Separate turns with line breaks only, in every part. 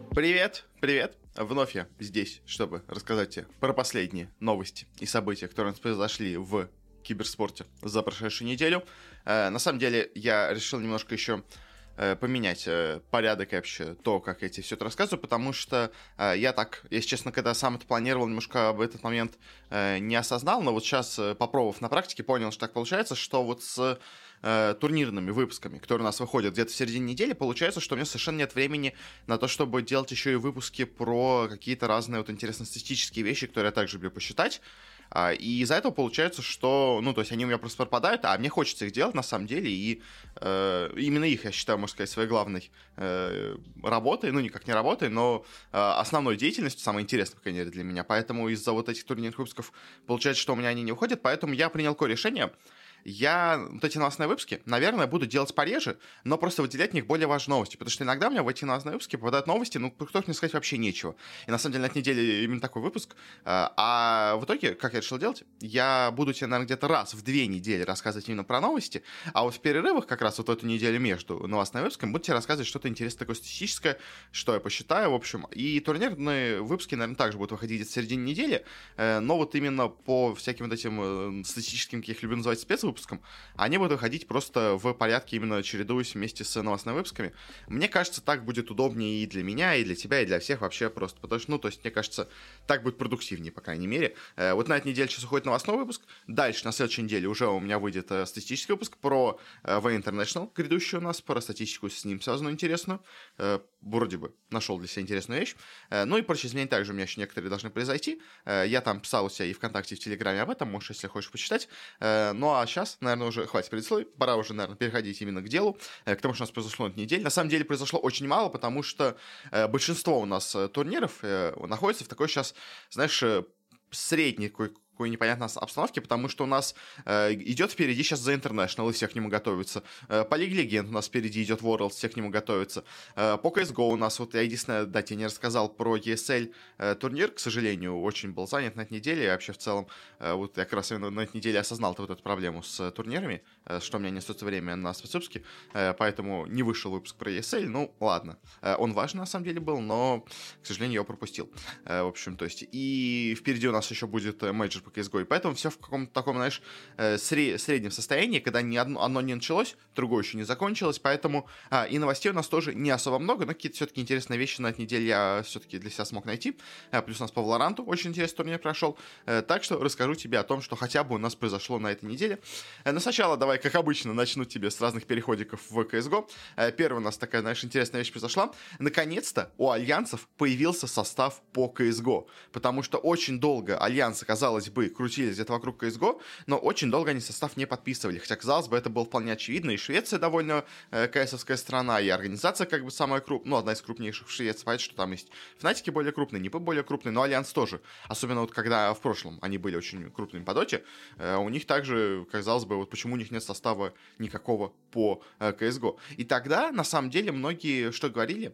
Привет, привет! Вновь я здесь, чтобы рассказать тебе про последние новости и события, которые у нас произошли в киберспорте за прошедшую неделю. На самом деле, я решил немножко еще поменять порядок и вообще то, как я тебе все это рассказываю, потому что я так, если честно, когда сам это планировал, немножко в этот момент не осознал, но вот сейчас, попробовав на практике, понял, что так получается, что вот с турнирными выпусками, которые у нас выходят где-то в середине недели, получается, что у меня совершенно нет времени на то, чтобы делать еще и выпуски про какие-то разные вот интересные статистические вещи, которые я также люблю посчитать. И из-за этого получается, что, то есть они у меня просто пропадают, а мне хочется их делать на самом деле, и именно их, я считаю, можно сказать, своей главной работой, никак не работой, но основной деятельностью, самой интересной, по крайней мере, для меня. Поэтому из-за вот этих турнирных выпусков получается, что у меня они не уходят, поэтому я принял такое решение. Я вот эти новостные выпуски, наверное, буду делать пореже, но просто выделять в них более важные новости, потому что иногда у меня в эти новостные выпуски попадают новости, про которых мне сказать вообще нечего. И на самом деле на этой неделе именно такой выпуск. А в итоге, как я решил делать, я буду тебе, наверное, где-то раз в 2 недели рассказывать именно про новости, а вот в перерывах, как раз вот эту неделю между новостными выпусками, буду тебе рассказывать что-то интересное такое статистическое, что я посчитаю, в общем. И турнирные выпуски, наверное, также будут выходить где-то в середине недели, но вот именно по всяким вот этим статистическим, как я их люблю называть, спецвыпускам, они будут выходить просто в порядке, именно чередуясь вместе с новостными выпусками. Мне кажется, так будет удобнее и для меня, и для тебя, и для всех вообще просто, потому что, то есть, мне кажется, так будет продуктивнее, по крайней мере. Вот на этой неделе сейчас уходит новостной выпуск, дальше, на следующей неделе уже у меня выйдет статистический выпуск про V International, грядущий у нас, про статистику с ним связанную интересную. Вроде бы нашел для себя интересную вещь. И прочие изменения также у меня еще некоторые должны произойти. Я там писал у себя и ВКонтакте, и в Телеграме об этом, можешь, если хочешь, почитать. А сейчас, наверное, уже хватит предисловий, пора уже, наверное, переходить именно к делу, к тому, что у нас произошло на этой неделе. На самом деле произошло очень мало, потому что большинство у нас турниров находится в такой сейчас, знаешь, средней какой непонятной обстановке, потому что у нас идет впереди сейчас The International, и все к нему готовятся. По Лиге Легенд у нас впереди идет Worlds, все к нему готовятся. По CSGO у нас, вот я единственное, тебе не рассказал про ESL турнир, к сожалению, очень был занят на этой неделе, и вообще в целом, вот я как раз именно на этой неделе осознал вот эту проблему с турнирами, что у меня не остается время на спецвыпуске, поэтому не вышел выпуск про ESL, ладно. Он важный на самом деле был, но, к сожалению, я его пропустил. В общем, то есть, и впереди у нас еще будет мейджор по CSGO, и поэтому все в каком-то таком, знаешь, среднем состоянии, когда одно не началось, другое еще не закончилось, поэтому и новостей у нас тоже не особо много, но какие-то все-таки интересные вещи на этой неделе я все-таки для себя смог найти. Плюс у нас по Valorant очень интересный турнир прошел, так что расскажу тебе о том, что хотя бы у нас произошло на этой неделе. Но сначала давай, как обычно, начну тебе с разных переходиков в CSGO. Первая у нас такая, знаешь, интересная вещь произошла. Наконец-то у альянсов появился состав по CSGO, потому что очень долго альянсы, казалось бы, крутились где-то вокруг CSGO, но очень долго они состав не подписывали, хотя, казалось бы, это было вполне очевидно, и Швеция довольно КСовская страна, и организация как бы самая крупная, одна из крупнейших в Швеции, понятно, что там есть Фнатики более крупные, НИПы более крупные, но Альянс тоже, особенно вот когда в прошлом они были очень крупными по доте, у них также, казалось бы, вот почему у них нет состава никакого по CSGO. И тогда, на самом деле, многие что говорили,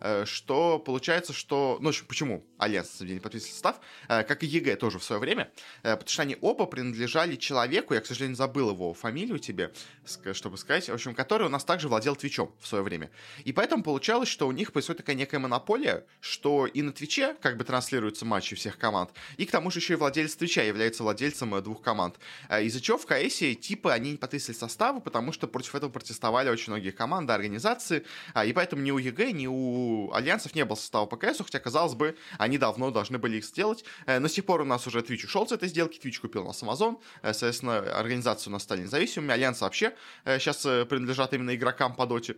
что получается, что, в общем, почему Альянс, на самом деле, не подписывал состав, как и ЕГЭ тоже в свое время, потому что они оба принадлежали человеку, я, к сожалению, забыл его фамилию тебе, чтобы сказать, в общем, который у нас также владел Твичом в свое время. И поэтому получалось, что у них происходит такая некая монополия, что и на Твиче как бы транслируются матчи всех команд, и к тому же еще и владелец Твича является владельцем 2 команд. Из-за чего в КСе типа они не подписывали составы, потому что против этого протестовали очень многие команды, организации, и поэтому ни у ЕГЭ, ни у Альянсов не было состава по КСу, хотя, казалось бы, они давно должны были их сделать. Но с тех пор у нас уже Twitch ушел с этой сделки, Twitch купил у нас Amazon, соответственно, организации у нас стали независимыми, Альянсы вообще сейчас принадлежат именно игрокам по доте,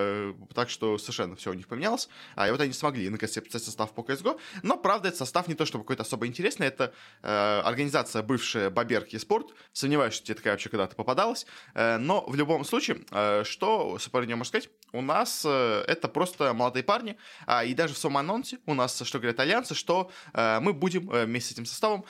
так что совершенно все у них поменялось, и вот они смогли наконец подписать состав по CSGO, но, правда, этот состав не то чтобы какой-то особо интересный, это организация бывшая Боберки Спорт, сомневаюсь, что тебе такая вообще когда-то попадалась, но в любом случае, что про нее можно сказать, у нас это просто молодые парни, и даже в самом анонсе у нас, что говорят Альянсы, что мы будем вместе с этим составом заниматься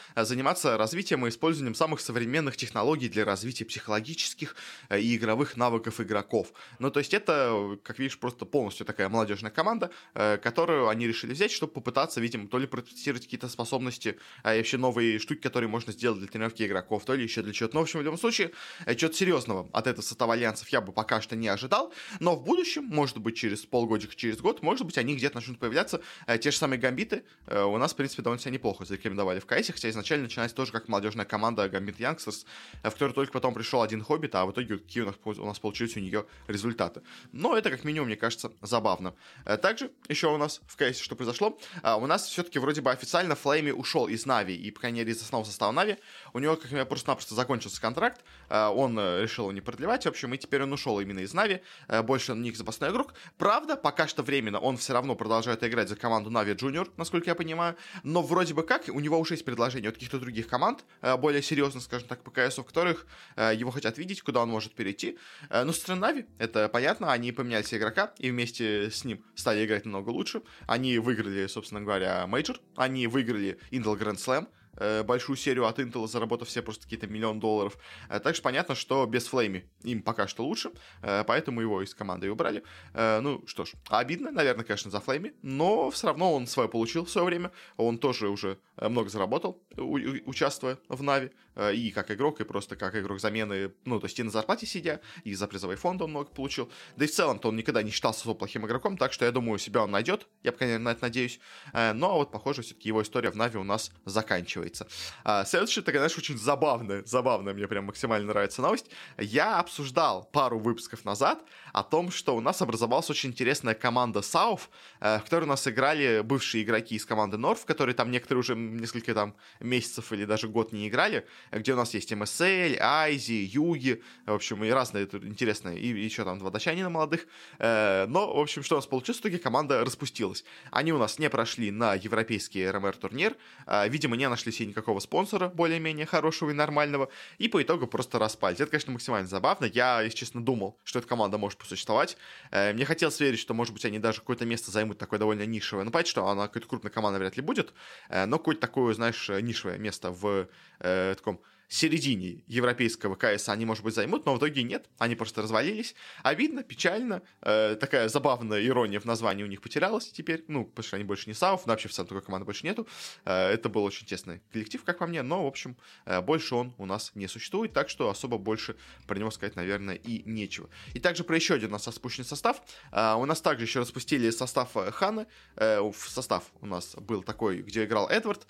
заниматься развитием и использованием самых современных технологий для развития психологических и игровых навыков игроков. Ну, то есть это, как видишь, просто полностью такая молодежная команда, которую они решили взять, чтобы попытаться, видимо, то ли протестировать какие-то способности, и вообще новые штуки, которые можно сделать для тренировки игроков, то ли еще для чего-то. Но, в общем, в любом случае, чего-то серьезного от этого состава альянсов я бы пока что не ожидал, но в будущем, может быть, через полгодика, через год, может быть, они где-то начнут появляться. Те же самые гамбиты у нас, в принципе, довольно себя неплохо зарекомендовали в КСе, хотя изначально начинались тоже как молодежная команда Gambit Youngsters, в которой только потом пришел один хоббит, а в итоге какие у нас получились у нее результаты. Но это, как минимум, мне кажется, забавно. Также еще у нас в КСе что произошло? У нас все-таки вроде бы официально Флейми ушел из Нави, и, по крайней мере, из основного состава Нави. У него, как я просто-напросто закончился контракт, он решил его не продлевать, в общем, и теперь он ушел именно из Нави, больше он не запасной игрок. Правда, пока что временно он все равно продолжает играть за команду Нави Junior, насколько я понимаю, но вроде бы как, у него уже есть предложение от каких-то других команд, более серьезных, скажем так, по КСу, в которых его хотят видеть, куда он может перейти. Но со стороны Нави, это понятно, они поменяли себе игрока, и вместе с ним стали играть намного лучше. Они выиграли, собственно говоря, мейджор, они выиграли Intel Grand Slam, большую серию от Intel, заработав все просто какие-то $1 миллион. Также понятно, что без Флейми им пока что лучше, поэтому его из команды и убрали. Ну что ж, обидно, наверное, конечно, за Флейми, но все равно он свое получил в свое время, он тоже уже много заработал, участвуя в Нави, и как игрок, и просто как игрок замены, ну, то есть и на зарплате сидя, и за призовой фонд он много получил, да и в целом-то он никогда не считался особо плохим игроком, так что я думаю, себя он найдет, я, конечно, на это надеюсь, но вот, похоже, все-таки его история в Нави у нас заканчивается. Следующая, такая, знаешь, очень забавная, мне прям максимально нравится новость. Я обсуждал пару выпусков назад о том, что у нас образовалась очень интересная команда South, в которой у нас играли бывшие игроки из команды North, которые там некоторые уже несколько там месяцев или даже год не играли, где у нас есть MSL, Айзи, Юги, в общем, и разные интересные, и еще там 2 датчанина молодых. Но, в общем, что у нас получилось? В итоге команда распустилась. Они у нас не прошли на европейский РМР-турнир, видимо, не нашли себе никакого спонсора более-менее хорошего и нормального, и по итогу просто распались. Это, конечно, максимально забавно. Я, если честно, думал, что эта команда может посуществовать. Мне хотелось верить, что, может быть, они даже какое-то место займут такое довольно нишевое. Ну, понятно, что она какой-то крупной командой вряд ли будет, но какое-то такое, знаешь, нишевое место в таком середине европейского КС они, может быть, займут, но в итоге нет, они просто развалились. Обидно, печально, такая забавная ирония в названии у них потерялась теперь, ну, потому что они больше не САУФ, вообще в целом такой команды больше нету. Это был очень тесный коллектив, как по мне, но, в общем, больше он у нас не существует, так что особо больше про него сказать, наверное, и нечего. И также про еще один у нас распущенный состав. У нас также еще распустили состав Ханы. Состав у нас был такой, где играл Эдвард,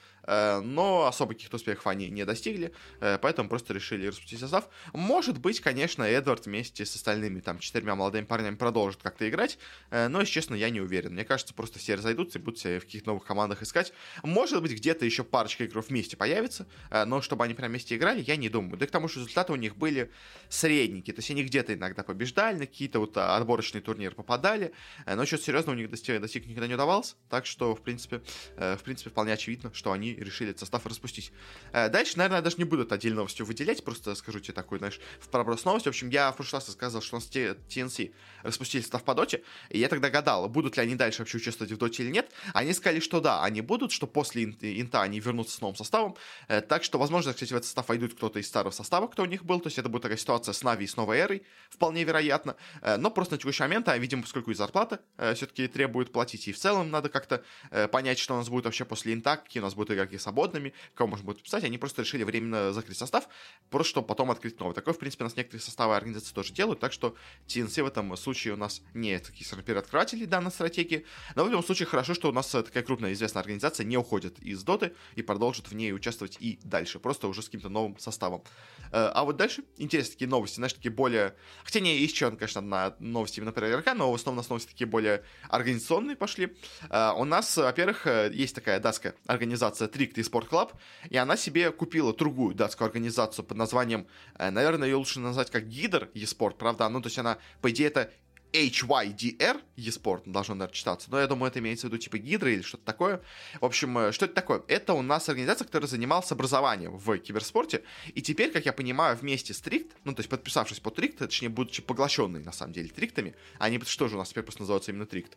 но особо каких-то успехов они не достигли, поэтому просто решили распустить состав. Может быть, конечно, Эдвард вместе с остальными там 4 молодыми парнями продолжит как-то играть, но, если честно, я не уверен. Мне кажется, просто все разойдутся и будут себя в каких-то новых командах искать. Может быть, где-то еще парочка игроков вместе появится, но чтобы они прям вместе играли, я не думаю. Да и к тому же результаты у них были средненькие, то есть они где-то иногда побеждали, на какие-то вот отборочные турниры попадали, но что-то серьезного у них достиг никогда не удавалось, так что, в принципе, вполне очевидно, что они решили этот состав распустить. Дальше, наверное, я даже не буду это отдельной новостью выделять, просто скажу тебе такой, знаешь, в проброс новости. В общем, я в прошлый раз рассказывал, что у нас TNC распустили состав по доте, и я тогда гадал, будут ли они дальше вообще участвовать в доте или нет. Они сказали, что да, они будут, что после инта они вернутся с новым составом, так что, возможно, кстати, в этот состав войдут кто-то из старого состава, кто у них был, то есть это будет такая ситуация с Нави и с новой эрой, вполне вероятно, но просто на текущий момент, видимо, поскольку и зарплата все-таки требует платить, и в целом надо как-то понять, что у нас будет вообще после инта, какие у нас будут игроки свободными, кого можно будет писать, они просто решили временно закрыть состав, просто чтобы потом открыть новый. Такое, в принципе, у нас некоторые составы организации тоже делают, так что TNC в этом случае у нас не такие первооткрыватели данной стратегии, но в любом случае хорошо, что у нас такая крупная известная организация не уходит из доты и продолжит в ней участвовать и дальше, просто уже с каким-то новым составом. А вот дальше интересные такие новости, знаешь, такие более... Хотя не, есть еще, конечно, одна новость именно про игрока, но в основном у нас новости такие более организационные пошли. У нас, во-первых, есть такая датская организация Tricked eSport Club, и она себе купила другую датскую организацию под названием, наверное, ее лучше назвать как Гидр eSport, правда? Ну, то есть она, по идее, это HYDR, eSport, должно, наверное, читаться, но я думаю, это имеется в виду типа Гидра или что-то такое. В общем, что это такое? Это у нас организация, которая занималась образованием в киберспорте, и теперь, как я понимаю, вместе с Триct, ну, то есть подписавшись под Триct, точнее, будучи поглощенной, на самом деле, Триктами, они, что же у нас теперь просто называются именно Триct,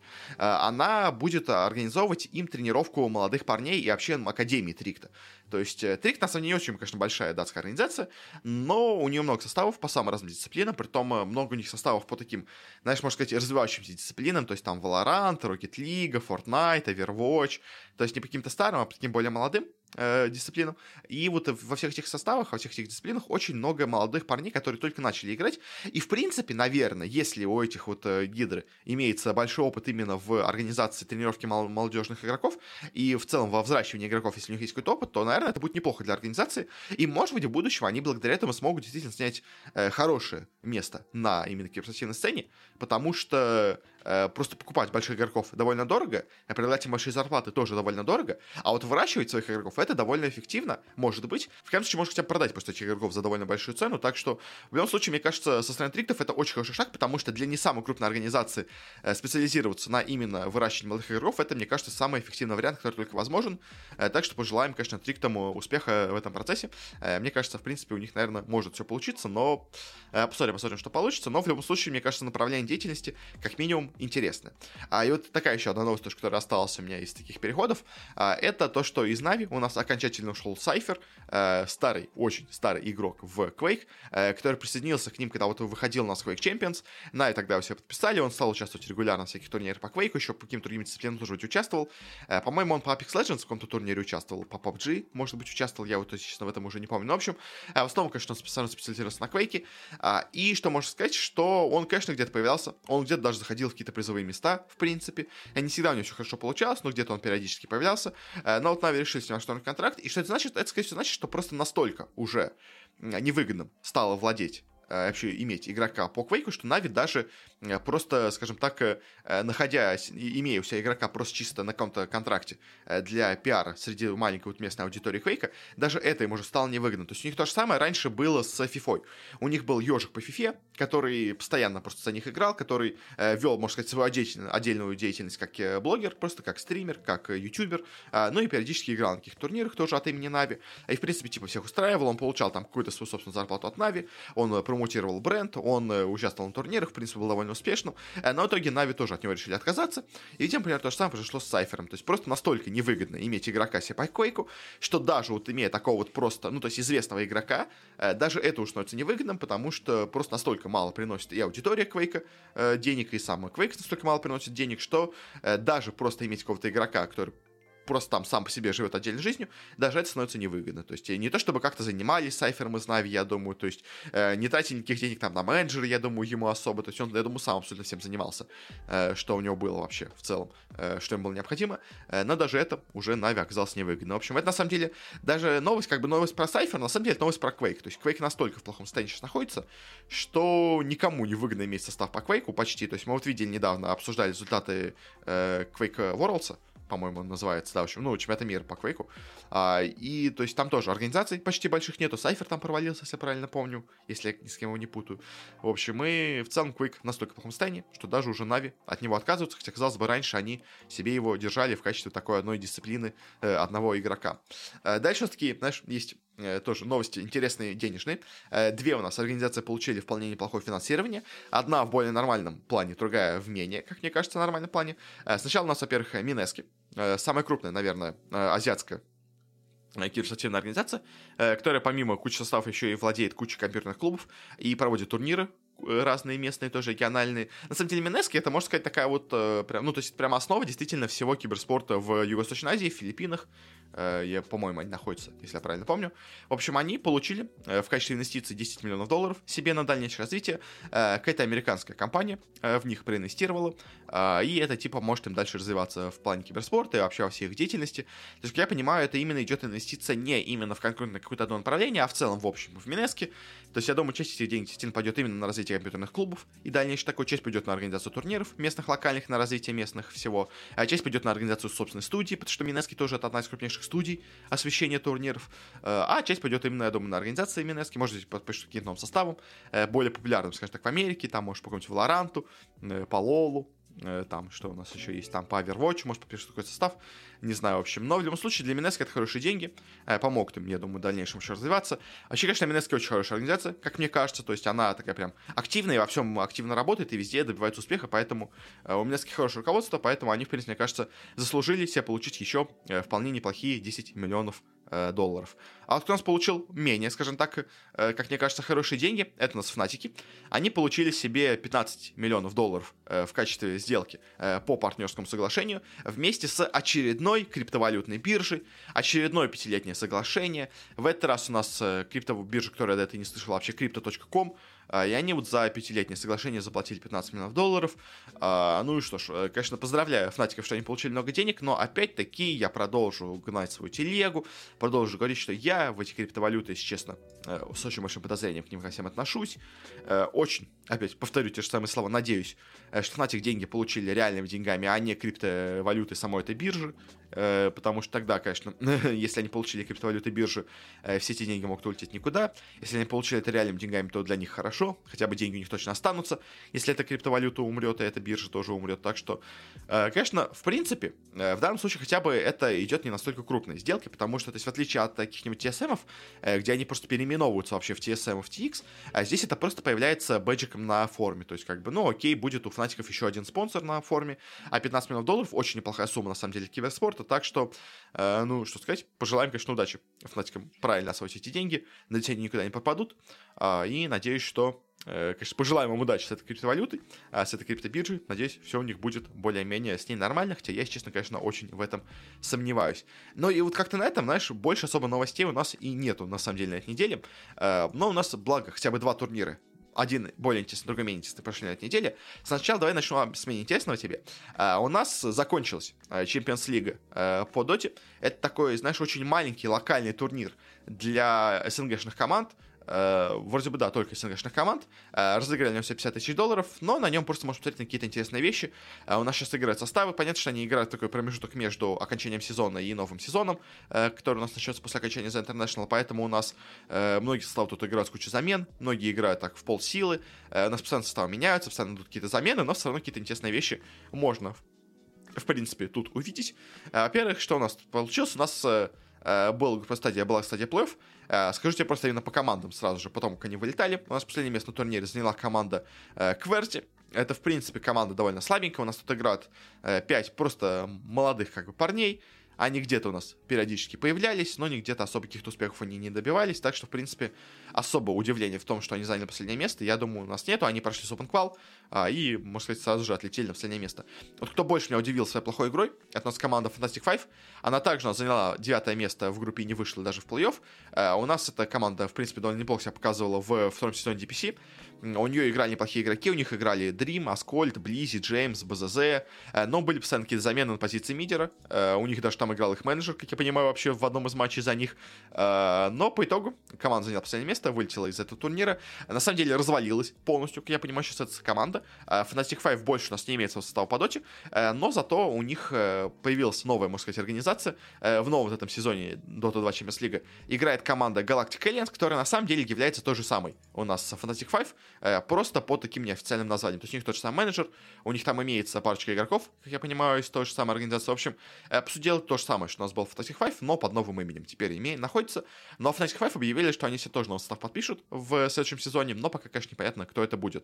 она будет организовывать им тренировку молодых парней и вообще академии Трикта. То есть Триct, на самом деле, не очень, конечно, большая датская организация, но у нее много составов по самым разным дисциплинам, притом много у них составов по таким, знаешь, можно сказать, развивающимся дисциплинам, то есть там Valorant, Rocket League, Fortnite, Overwatch, то есть не по каким-то старым, а по таким более молодым дисциплинам. И вот во всех этих составах, во всех этих дисциплинах очень много молодых парней, которые только начали играть. И, в принципе, наверное, если у этих вот гидры имеется большой опыт именно в организации тренировки молодежных игроков и в целом во взращивании игроков, если у них есть какой-то опыт, то, наверное, это будет неплохо для организации. И, может быть, в будущем они благодаря этому смогут действительно снять хорошее место на именно киберспортивной сцене, потому что просто покупать больших игроков довольно дорого, предлагать им большие зарплаты тоже довольно дорого, а вот выращивать своих игроков это довольно эффективно, может быть. В крайнем случае, можно хотя бы продать просто этих игроков за довольно большую цену, так что в любом случае, мне кажется, со стороны Триктов это очень хороший шаг, потому что для не самой крупной организации специализироваться на именно выращивании молодых игроков, это, мне кажется, самый эффективный вариант, который только возможен. Так что пожелаем, конечно, Триктам успеха в этом процессе. Мне кажется, в принципе, у них, наверное, может все получиться, но посмотрим, что получится. Но в любом случае, мне кажется, направление деятельности как минимум интересное. И вот такая еще одна новость, которая осталась у меня из таких переходов, это то, что из Na'Vi у нас окончательно ушел Cypher, старый, очень старый игрок в Quake, который присоединился к ним, когда вот выходил у нас Quake Champions. Na'Vi тогда его все подписали, он стал участвовать регулярно в всяких турнирах по Quake, еще по каким-то другим дисциплинам тоже участвовал. По-моему, он по Apex Legends в каком-то турнире участвовал, по PUBG, может быть, участвовал, я вот, честно, в этом уже не помню. Но, в общем, в основном, конечно, он специально специализировался на Quake. И что можно сказать, что он, конечно, где-то появлялся, он где-то даже заходил в какие-то призовые места, в принципе. Не всегда у него все хорошо получалось, но где-то он периодически появлялся. Но вот Na'Vi решили с ним штурмовать контракт. И что это значит? Это, скорее всего, значит, что просто настолько уже невыгодным стало владеть вообще иметь игрока по Quake, что Na'Vi даже просто, скажем так, имея у себя игрока просто чисто на каком-то контракте для пиара среди маленькой вот местной аудитории Quake, даже это им уже стало невыгодно. То есть у них то же самое раньше было с FIFA. У них был ежик по FIFA, который постоянно просто за них играл, который вел, можно сказать, свою отдельную деятельность как блогер, просто как стример, как ютубер, ну и периодически играл на каких-то турнирах тоже от имени Na'Vi. И, в принципе, типа всех устраивал, он получал там какую-то свою собственную зарплату от Na'Vi, он промоутировал бренд, он участвовал на турнирах, в принципе, был довольно успешным, но в итоге Na'Vi тоже от него решили отказаться, и видимо, например, то же самое произошло с Cypher'ом, то есть просто настолько невыгодно иметь игрока себе по Quake'у, что даже вот имея такого вот просто, ну, то есть известного игрока, даже это уж становится невыгодным, потому что просто настолько мало приносит и аудитория Quake'a денег, и сам Quake настолько мало приносит денег, что даже просто иметь какого-то игрока, который просто там сам по себе живет отдельной жизнью, даже это становится невыгодно. То есть не то, чтобы как-то занимались Cypher'ом из Na'Vi, я думаю, то есть не тратили никаких денег там на менеджера, я думаю, ему особо, то есть он, я думаю, сам абсолютно всем занимался, что у него было вообще в целом, что ему было необходимо, но даже это уже Na'Vi оказалось невыгодно. В общем, это на самом деле даже новость, как бы новость про Cypher, на самом деле это новость про Quake. То есть Quake настолько в плохом состоянии сейчас находится, что никому не выгодно иметь состав по Quake'у почти. То есть мы вот видели недавно, обсуждали результаты Quake Worlds, по-моему, он называется, да, в общем, ну, чемпионата мира по Quake'у. И, то есть, там тоже организаций почти больших нету. Cypher там провалился, если я правильно помню, если я ни с кем его не путаю. В общем, и в целом Quake настолько в плохом состоянии, что даже уже Na'Vi от него отказываются, хотя, казалось бы, раньше они себе его держали в качестве такой одной дисциплины одного игрока. Дальше, все-таки, знаешь, есть тоже новости интересные, денежные. Две у нас организации получили вполне неплохое финансирование. Одна в более нормальном плане, другая в менее, как мне кажется, нормальном плане. Сначала у нас, во-первых, Mineski. Самая крупная, наверное, азиатская киберспортивная организация, которая помимо кучи составов еще и владеет кучей компьютерных клубов и проводит турниры разные местные, тоже региональные. На самом деле, Mineski, это, можно сказать, такая вот, прям, ну, то есть, прямо основа действительно всего киберспорта в Юго-Восточной Азии, в Филиппинах. По-моему, они находятся, если я правильно помню. В общем, они получили в качестве инвестиций $10 миллионов себе на дальнейшее развитие. Какая-то американская компания в них проинвестировала, и это, типа, может им дальше развиваться в плане киберспорта и вообще во всей их деятельности. То есть, как я понимаю, это именно идет инвестиция не именно в конкретно какое-то одно направление, а в целом, в общем, в Mineski. То есть, я думаю, часть этих денег действительно пойдет именно на развитие компьютерных клубов, и дальнейшая такая часть пойдет на организацию турниров местных, локальных, на развитие местных всего, а часть пойдет на организацию собственной студии, потому что Mineski тоже это одна из крупнейших небольших студий освещения турниров, а часть пойдет именно, я думаю, на организации МНСки, может быть, подпишут каким-то новым составом, более популярным, скажем так, в Америке, там, может, по какому-нибудь Валоранту, по Лолу, там, что у нас еще есть, там, по Overwatch, может, подпишут такой состав, не знаю, в общем, но в любом случае для МНС это хорошие деньги, помогут им, я думаю, в дальнейшем еще развиваться. Вообще, конечно, МНС очень хорошая организация, как мне кажется, то есть она такая прям активная и во всем активно работает и везде добивается успеха, поэтому у МНС хорошее руководство, поэтому они, в принципе, мне кажется, заслужили себе получить еще вполне неплохие 10 миллионов долларов. А вот кто у нас получил менее, скажем так, как мне кажется, хорошие деньги, это у нас Фнатики. Они получили себе 15 миллионов долларов в качестве сделки по партнерскому соглашению вместе с очередной криптовалютной биржей, очередное 5-летнее соглашение. В этот раз у нас криптовая биржа, которая до этого не слышала, вообще crypto.com, и они вот за 5-летнее соглашение заплатили 15 миллионов долларов. Ну и что ж, конечно, поздравляю Фнатиков, что они получили много денег, но опять-таки я продолжу гнать свою телегу, продолжу говорить, что я в эти криптовалюты, если честно, с очень большим подозрением к ним ко всем отношусь. Очень, опять повторю те же самые слова, надеюсь, что Фнатик деньги получили реальными деньгами, а не криптовалюты самой этой биржи. Потому что тогда, конечно, если они получили криптовалюты биржи, все эти деньги могут улететь никуда. Если они получили это реальными деньгами, то для них хорошо, хотя бы деньги у них точно останутся. Если эта криптовалюта умрет, и эта биржа тоже умрет. Так что, конечно, в принципе, в данном случае хотя бы это идет не настолько крупной сделки, потому что, то есть, в отличие от каких-нибудь TSM-ов, где они просто переименовываются вообще в TSM и в TX, здесь это просто появляется бэджиком на форме. То есть, как бы, ну окей, будет у Фнатиков еще один спонсор на форме, а 15 миллионов долларов очень неплохая сумма, на самом деле, киберспорта. Так что, ну, что сказать, пожелаем, конечно, удачи Фнатикам правильно освоить эти деньги, надеюсь, они никуда не пропадут, и надеюсь, что, конечно, пожелаем им удачи с этой криптовалютой, с этой криптобиржей, надеюсь, все у них будет более-менее с ней нормально, хотя я, если честно, конечно, очень в этом сомневаюсь. Но и вот как-то на этом, знаешь, больше особо новостей у нас и нету, на самом деле, на этой неделе, но у нас, благо, хотя бы 2 турнира, один более интересный, другой менее интересный прошли на этой неделе. Сначала давай начнем с менее интересного тебе. У нас закончилась Champions League по доте. Это такой, знаешь, очень маленький локальный турнир для СНГшных команд. Вроде бы, да, только СНГшных команд. Разыграли на нем все 50 тысяч долларов, но на нем просто можно посмотреть на какие-то интересные вещи. У нас сейчас играют составы. Понятно, что они играют в такой промежуток между окончанием сезона и новым сезоном, который у нас начнется после окончания The International. Поэтому у нас многие составы тут играют с кучей замен, многие играют так в полсилы. У нас постоянно составы меняются, постоянно идут какие-то замены, но все равно какие-то интересные вещи можно, в принципе, тут увидеть. Во-первых, что у нас тут получилось? У нас была стадия плей-офф. Скажу тебе просто именно по командам сразу же, потом, как они вылетали. У нас последнее место на турнире заняла команда Кверти. Это, в принципе, команда довольно слабенькая. У нас тут играют 5 просто молодых как бы парней. Они где-то у нас периодически появлялись, но не где-то особо каких-то успехов они не добивались. Так что, в принципе, особо удивления в том, что они заняли последнее место, я думаю, у нас нету. Они прошли с Open Qual и, можно сказать, сразу же отлетели на последнее место. Вот кто больше меня удивил своей плохой игрой, это у нас команда Fantastic Five. Она также у нас заняла 9 место в группе и не вышла даже в плей-офф. У нас эта команда, в принципе, довольно неплохо себя показывала в втором сезоне DPC. У нее играли неплохие игроки, у них играли Dream, Аскольд, Близи, Джеймс, БЗЗ, но были постоянно какие-то замены на позиции мидера. У них даже там играл их менеджер, как я понимаю, вообще в одном из матчей за них. Но по итогу команда заняла последнее место, вылетела из этого турнира. На самом деле развалилась полностью, как я понимаю, сейчас эта команда. Fantastic Five больше у нас не имеет своего состава по доте, но зато у них появилась новая, можно сказать, организация. В новом вот этом сезоне Dota 2 Champions League играет команда Galactic Aliens, которая на самом деле является той же самой у нас Fantastic Five, просто под таким неофициальным названием. То есть у них тот же самый менеджер, у них там имеется парочка игроков, как я понимаю, из той же самой организации. В общем, по сути дела, то же самое, что у нас был Fantastic Five, но под новым именем теперь находится. Но Fantastic Five объявили, что они себе тоже новый состав подпишут в следующем сезоне, но пока, конечно, непонятно, кто это будет.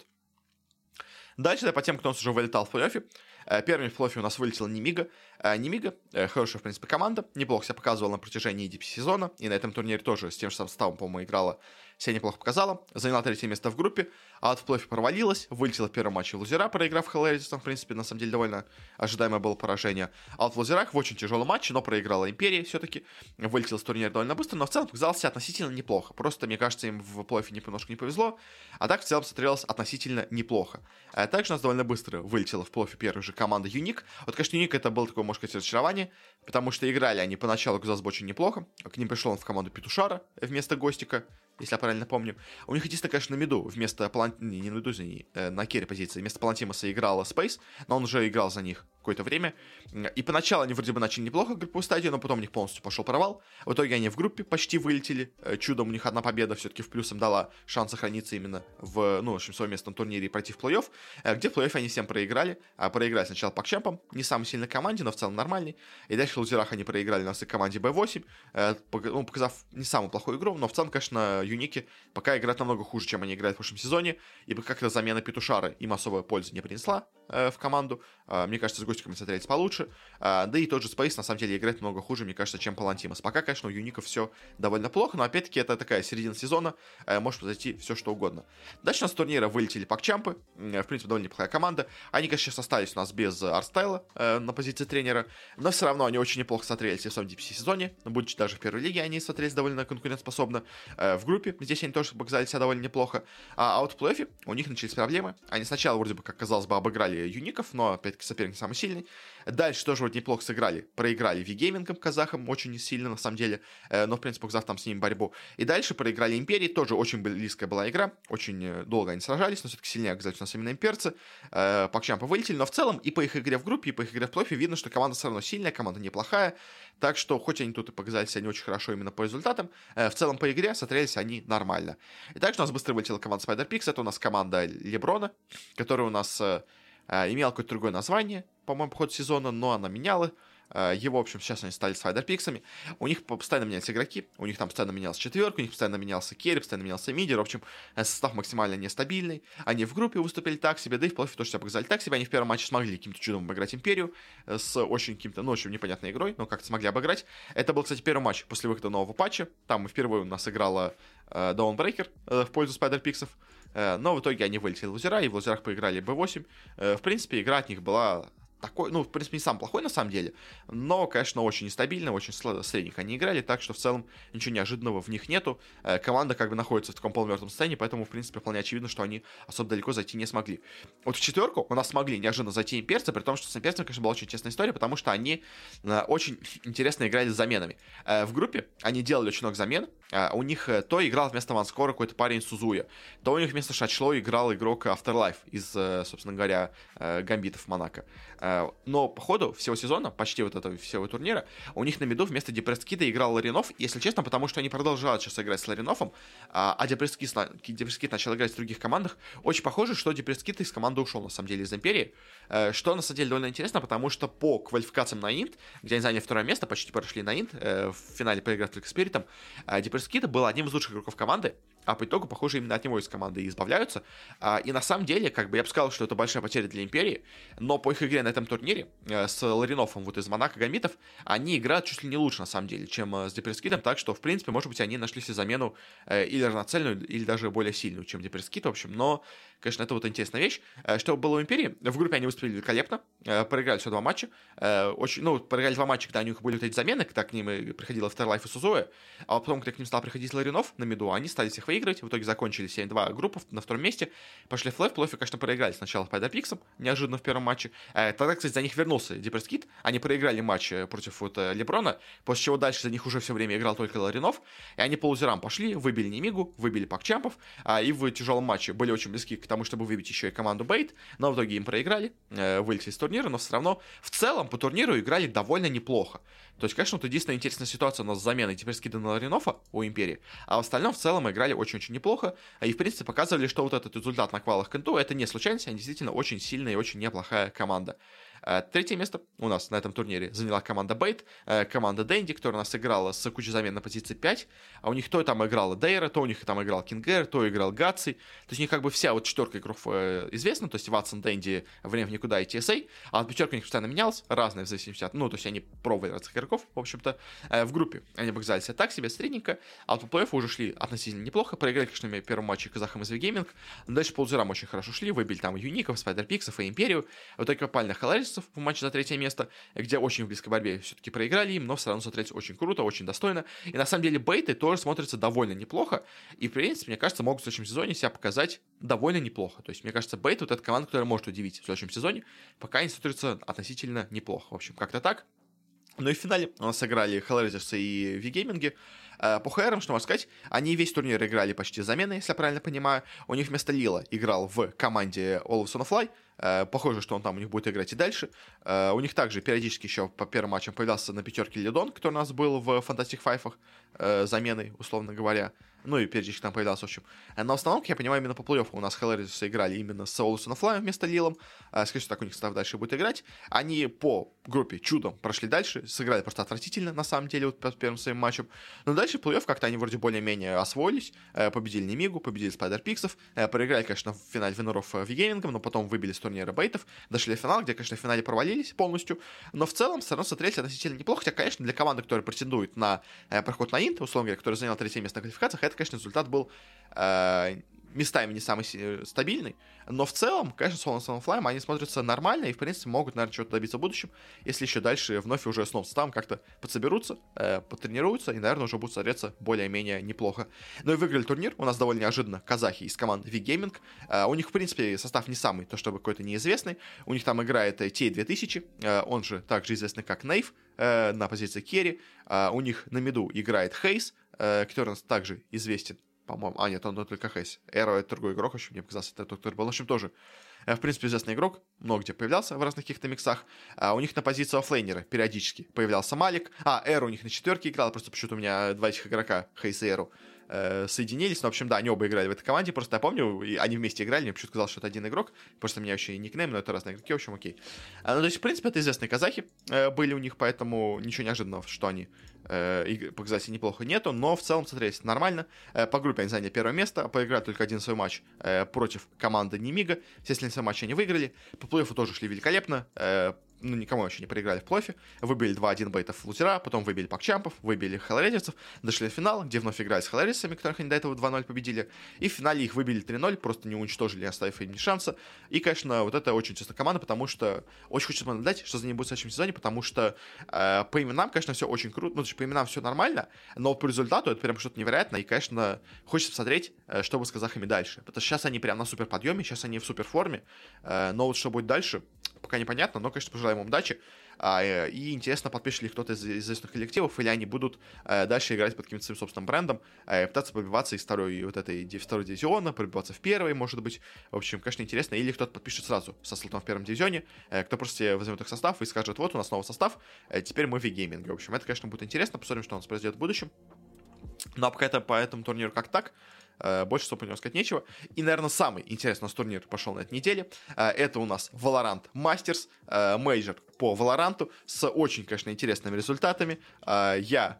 Дальше, да, по тем, кто у нас уже вылетал в плей-оффе. Первым в плей-оффе у нас вылетела Немига. Немига, хорошая, в принципе, команда. Неплохо себя показывала на протяжении DP-сезона. И на этом турнире тоже с тем же самым составом, по-моему, играла. Себя неплохо показала. Заняла 3-е место в группе. А вот в плей-оффе провалилась. Вылетела в первом матче в лузера, проиграв Хэллэрисом. В принципе, на самом деле, довольно ожидаемое было поражение. А вот в лузерах в очень тяжелом матче, но проиграла Империи все-таки. Вылетела с турнира довольно быстро, но в целом показалось относительно неплохо. Просто, мне кажется, им в плей-оффе немножко не повезло. А так, в целом, смотрелось относительно неплохо. Также у нас довольно быстро вылетела в плей-оффе первая же команда Юник. Вот, конечно, Юник это было такое, можно сказать, разочарование, потому что играли они поначалу, казалось бы, очень неплохо. К ним пришел он в команду Петушара вместо Гостика. если я правильно помню. У них единственное, конечно, на миду вместо не на миду, извини, на керри позиции вместо Палантимаса играла Space, но он уже играл за них какое-то время. И поначалу они вроде бы начали неплохо групповую стадию, но потом у них полностью пошел провал. В итоге они в группе почти вылетели. Чудом у них одна победа все-таки в плюс им дала шанс сохраниться именно в, в общем, своем местном турнире и пройти в плей-офф, где в плей-оффе они всем проиграли. Проиграли сначала PogChamp, не самой сильной команде, но в целом нормальный. И дальше в лузерах они проиграли у нас и команде B8, показав не самую плохую игру, но в целом, конечно, Юники пока играют намного хуже, чем они играют в прошлом сезоне, ибо как-то замена Петушара им особой пользы не принесла в команду. Мне кажется, с гостиками смотрелись получше. Да и тот же Space, на самом деле, играет много хуже, мне кажется, чем Палантимас. Пока, конечно, у Юников все довольно плохо, но, опять-таки, это такая середина сезона, может произойти все, что угодно. Дальше у нас с турнира вылетели PogChamp, в принципе, довольно неплохая команда. Они, конечно, сейчас остались у нас без артстайла на позиции тренера, но все равно они очень неплохо смотрелись в своем DPC-сезоне, будучи даже в первой лиге, они смотрелись довольно конкурентоспособно. В группе здесь они тоже показали себя довольно неплохо, а вот в плей-оффе у них начались проблемы. Они сначала, вроде бы, как казалось бы, обыграли Юников, но, опять-таки, соперник самый сильный. Дальше тоже вот неплохо сыграли, проиграли V-геймингом, казахам, очень не сильно, на самом деле, но, в принципе, показав там с ними борьбу. И дальше проиграли Империи, тоже очень близкая была игра, очень долго они сражались, но все-таки сильнее оказались у нас именно имперцы. PogChamp вылетели, но в целом и по их игре в группе, и по их игре в плей-оффе видно, что команда все равно сильная, команда неплохая, так что, хоть они тут и показали себя не очень хорошо именно по результатам, в целом по игре смотрелись они нормально. И также у нас быстро вылетела команда SpiderPix, это у нас команда Леброна, которая у нас имела какое-то другое название, по-моему, по ходу сезона, но она меняла его, в общем, сейчас они стали SpiderPix'ами. У них постоянно менялись игроки, у них там постоянно менялась четверка, у них постоянно менялся керри, постоянно менялся мидер, в общем, состав максимально нестабильный. Они в группе выступили так себе, да и в плей-оффе тоже себя показали так себе. Они в первом матче смогли каким-то чудом обыграть Империю с очень каким-то, очень непонятной игрой, но как-то смогли обыграть. Это был, кстати, первый матч после выхода нового патча. Там впервые у нас играла Dawnbreaker в пользу SpiderPix'ов. Но в итоге они вылетели в лузера, и в лузерах поиграли B8. В принципе, игра от них была такой, в принципе, не самый плохой на самом деле, но, конечно, очень нестабильно, очень средненько они играли, так что в целом ничего неожиданного в них нету. Команда как бы находится в таком полумертвом состоянии, поэтому, в принципе, вполне очевидно, что они особо далеко зайти не смогли. Вот в четверку у нас смогли неожиданно зайти имперцы, при том, что с имперцами, конечно, была очень честная история, потому что они очень интересно играли с заменами. В группе они делали очень много замен, у них то играл вместо Ванскора какой-то парень Сузуя, то у них вместо Шачло играл игрок Afterlife из, собственно говоря, Гамбитов Монако. Но по ходу всего сезона, почти вот этого всего турнира, у них на миду вместо Депресскита играл Ларинов, если честно, потому что они продолжают сейчас играть с Ларинофом, а Депресскит начал играть в других командах. Очень похоже, что Депресскит из команды ушел, на самом деле, из Империи, что, на самом деле, довольно интересно, потому что по квалификациям на Инт, где они заняли второе место, почти прошли на Инт, в финале проиграв только Спиритом, Депресскит был одним из лучших игроков команды, а по итогу, похоже, именно от него из команды и избавляются. И на самом деле, как бы я бы сказал, что это большая потеря для Империи, но по их игре на этом турнире с Ларинофом вот из Монако Гамитов, они играют чуть ли не лучше, на самом деле, чем с Депрескитом, так что, в принципе, может быть, они нашли себе замену или равноценную, или даже более сильную, чем Депрескит, в общем, но, конечно, это вот интересная вещь. Что было у Империи? В группе они выступили великолепно, проиграли всего 2 матча, проиграли 2 матча, когда у них были вот эти замены, когда к ним приходила Afterlife и Сузуэ, а вот потом, когда к ним стал приходить Ларинов на миду, они стали всех выигрывать, в итоге закончили 7-2 группу на втором месте, пошли в плей-офф, конечно, проиграли сначала с Пайдапиксом, неожиданно в первом матче, тогда, кстати, за них вернулся Депрескит, они проиграли матч против вот Леброна, после чего дальше за них уже все время играл только Ларинов, и они по лузерам пошли, выбили Немигу, выбили PogChamp'ов, и в тяжелом матче были очень близки к тому, чтобы выбить еще и команду Бейт, но в итоге им проиграли, вылетели из турнира, но все равно в целом по турниру играли довольно неплохо. То есть, конечно, вот единственная интересная ситуация у нас с заменой Депрескита на Ларинова у Империи, а в остальном в целом играли очень-очень неплохо, и в принципе показывали, что вот этот результат на квалах к Инту это не случайность, они действительно очень сильная и очень неплохая команда. Третье место у нас на этом турнире заняла команда Бейт, команда Дэнди, которая у нас играла с кучей замен на позиции 5, а у них то там играла Дейра, то у них там играл Кингер, то играл Гатси, то есть у них как бы вся вот четверка игроков известна, то есть Ватсон, Дэнди, Время в никуда и TSA, а вот пятерка у них постоянно менялась, разная в зависимости от, то есть они пробовали разных игроков, в общем-то, в группе они показали себя так себе, средненько, а вот по плей-оффу уже шли относительно неплохо, проиграли, конечно, в первом матче казахам из V-Gaming, но дальше по лузерам очень хорошо шли, выбили там Юников, SpiderPix'ов и Империю, в итоге попали на Халарисов в матче за третье место, где очень в близкой борьбе все-таки проиграли им, но все равно смотрелись очень круто, очень достойно. И на самом деле Бейты тоже смотрятся довольно неплохо. И, в принципе, мне кажется, могут в следующем сезоне себя показать довольно неплохо. То есть, мне кажется, Бейт вот эта команда, которая может удивить в следующем сезоне, пока они смотрятся относительно неплохо. В общем, как-то так. Ну и в финале у нас сыграли Hellraisers и V-Gaming. По ХРам, что можно сказать, они весь турнир играли почти замены, если я правильно понимаю. У них вместо Лила играл в команде All of Sonafly. Похоже, что он там у них будет играть и дальше. У них также периодически еще по первым матчам появлялся на пятерке Лидон, который у нас был в Fantastic Five заменой, условно говоря. Ну и периодически там появлялся, в общем. Но в основном, как я понимаю, именно по плей-оффу у нас Hellraisers играли именно с All of Sonafly вместо Лилом. Скорее всего, так у них состав дальше будет играть. Они по группе чудом прошли дальше, сыграли просто отвратительно, на самом деле, вот по первым своим матчам. Но дальше плей-офф как-то они вроде более-менее освоились, победили Немигу, победили Spider Pixов, проиграли, конечно, в финале Виноров V-Gaming, но потом выбили с турнира бейтов, дошли в финал, где, конечно, в финале провалились полностью, но в целом все равно смотрелись относительно неплохо, хотя, конечно, для команды, которая претендует на проход на Инт, условно говоря, которая заняла третье место на квалификациях, это, конечно, результат был местами не самый стабильный, но в целом, конечно, с All Sonafly они смотрятся нормально и, в принципе, могут, наверное, чего-то добиться в будущем, если еще дальше вновь уже с новым составом как-то подсоберутся, потренируются и, наверное, уже будут смотреться более-менее неплохо. Ну и выиграли турнир, у нас довольно неожиданно казахи из команды V-Gaming, у них, в принципе, состав не самый, то чтобы какой-то неизвестный, у них там играет T2000, он же также известный как Нейв, на позиции керри, у них на миду играет Хейс, который у нас также известен, по-моему, нет, он только Хейс. Эро — это другой игрок, в общем, мне показался, это тот, который был, в общем, тоже, в принципе, известный игрок, много где появлялся в разных каких-то миксах. У них на позицию оффлейнера периодически появлялся Малик. Эро у них на четверке играл, просто почему-то у меня два этих игрока, Хейс и Эро, соединились. Но, в общем, да, они оба играли в этой команде, просто я помню, и они вместе играли, мне почему-то казалось, что это один игрок, просто у меня еще и никнейм, но это разные игроки, в общем, окей. Ну, то есть, в принципе, это известные казахи были у них, поэтому ничего неожиданного, что они показателей неплохо нету, но в целом смотрелись нормально. По группе они заняли первое место, поиграли только один свой матч против команды Немига. Все остальные свои матчи они выиграли. По плей-оффу тоже шли великолепно. Никому еще не проиграли в плей-оффе. Выбили 2-1 бейтов лузера, потом выбили пакчампов, выбили Hellraisers, дошли в финал, где вновь играли с Hellraisers, которых они до этого 2-0 победили. И в финале их выбили 3-0, просто не уничтожили, оставив им ни шанса. И, конечно, вот это очень интересная команда, потому что очень хочется наблюдать, что за ней будет в следующем сезоне, потому что по именам, конечно, все очень круто, ну, то есть по именам все нормально, но по результату это прям что-то невероятное, и, конечно, хочется посмотреть, что будет с казахами дальше. Потому что сейчас они прям на супер подъеме, сейчас они в супер форме, но вот что будет дальше, пока непонятно, но, конечно, пожелаем им удачи. И интересно, подпишет ли кто-то из известных коллективов, или они будут дальше играть под каким-то своим собственным брендом, пытаться пробиваться из второй дивизиона, пробиваться в первый, может быть. В общем, конечно, интересно. Или кто-то подпишет сразу со слотом в первом дивизионе, кто просто возьмет их состав и скажет: вот у нас новый состав, теперь мы V-Gaming. В общем, это, конечно, будет интересно. Посмотрим, что у нас произойдет в будущем. Ну, а пока это по этому турниру как так. Больше, что по нему сказать, нечего. И, наверное, самый интересный у нас турнир пошел на этой неделе. Это у нас Valorant Masters, мейджор по Valorant, с очень, конечно, интересными результатами. Я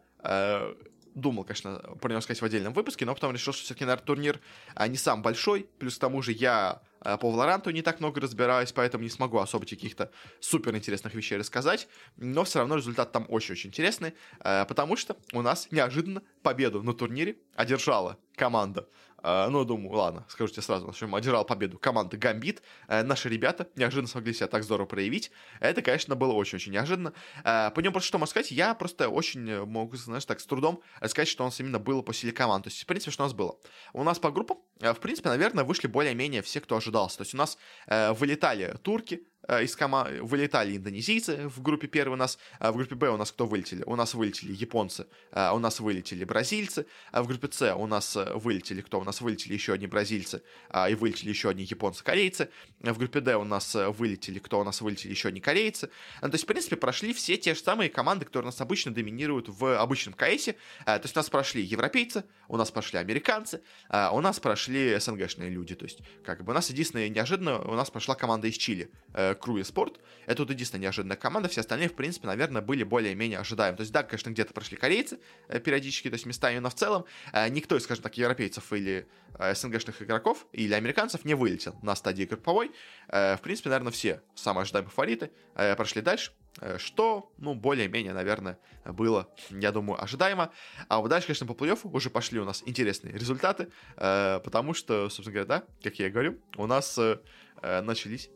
думал, конечно, про него сказать в отдельном выпуске, но потом решил, что все-таки, наверное, турнир не сам большой. Плюс к тому же я по Valorant не так много разбираюсь, поэтому не смогу особо каких-то супер интересных вещей рассказать. Но все равно результат там очень-очень интересный, потому что у нас неожиданно победу на турнире одержала команда. Ну, думаю, ладно, скажу тебе сразу, в общем, одержала победу команда Гамбит. Наши ребята неожиданно смогли себя так здорово проявить. Это, конечно, было очень-очень неожиданно. По нему просто что можно сказать, я просто очень могу, знаешь, так с трудом сказать, что у нас именно было по силе команд. То есть, в принципе, что у нас было? У нас по группам, в принципе, наверное, вышли более-менее все, кто ожидался. То есть, у нас вылетали турки, из команд вылетали индонезийцы в группе первой у нас, в группе Б у нас кто вылетели? У нас вылетели японцы, у нас вылетели бразильцы, в группе С у нас вылетели кто? У нас вылетели еще одни бразильцы и вылетели еще одни японцы-корейцы, в группе Д у нас вылетели кто? У нас вылетели еще одни корейцы. То есть, в принципе, прошли все те же самые команды, которые у нас обычно доминируют в обычном КСе. То есть, у нас прошли европейцы, у нас прошли американцы, у нас прошли СНГшные люди. То есть, как бы у нас единственное неожиданно, у нас прошла команда из Чили, Кру Спорт. Это вот единственная неожиданная команда. Все остальные, в принципе, наверное, были более-менее ожидаемы. То есть, да, конечно, где-то прошли корейцы периодически, то есть местами, но в целом никто из, скажем так, европейцев или СНГшных игроков или американцев не вылетел на стадии групповой. В принципе, наверное, все самые ожидаемые фавориты прошли дальше. Что, ну, более-менее, наверное, было, я думаю, ожидаемо. А вот дальше, конечно, по плей-оффу уже пошли у нас интересные результаты, потому что, собственно говоря, да, как я и говорю, у нас начались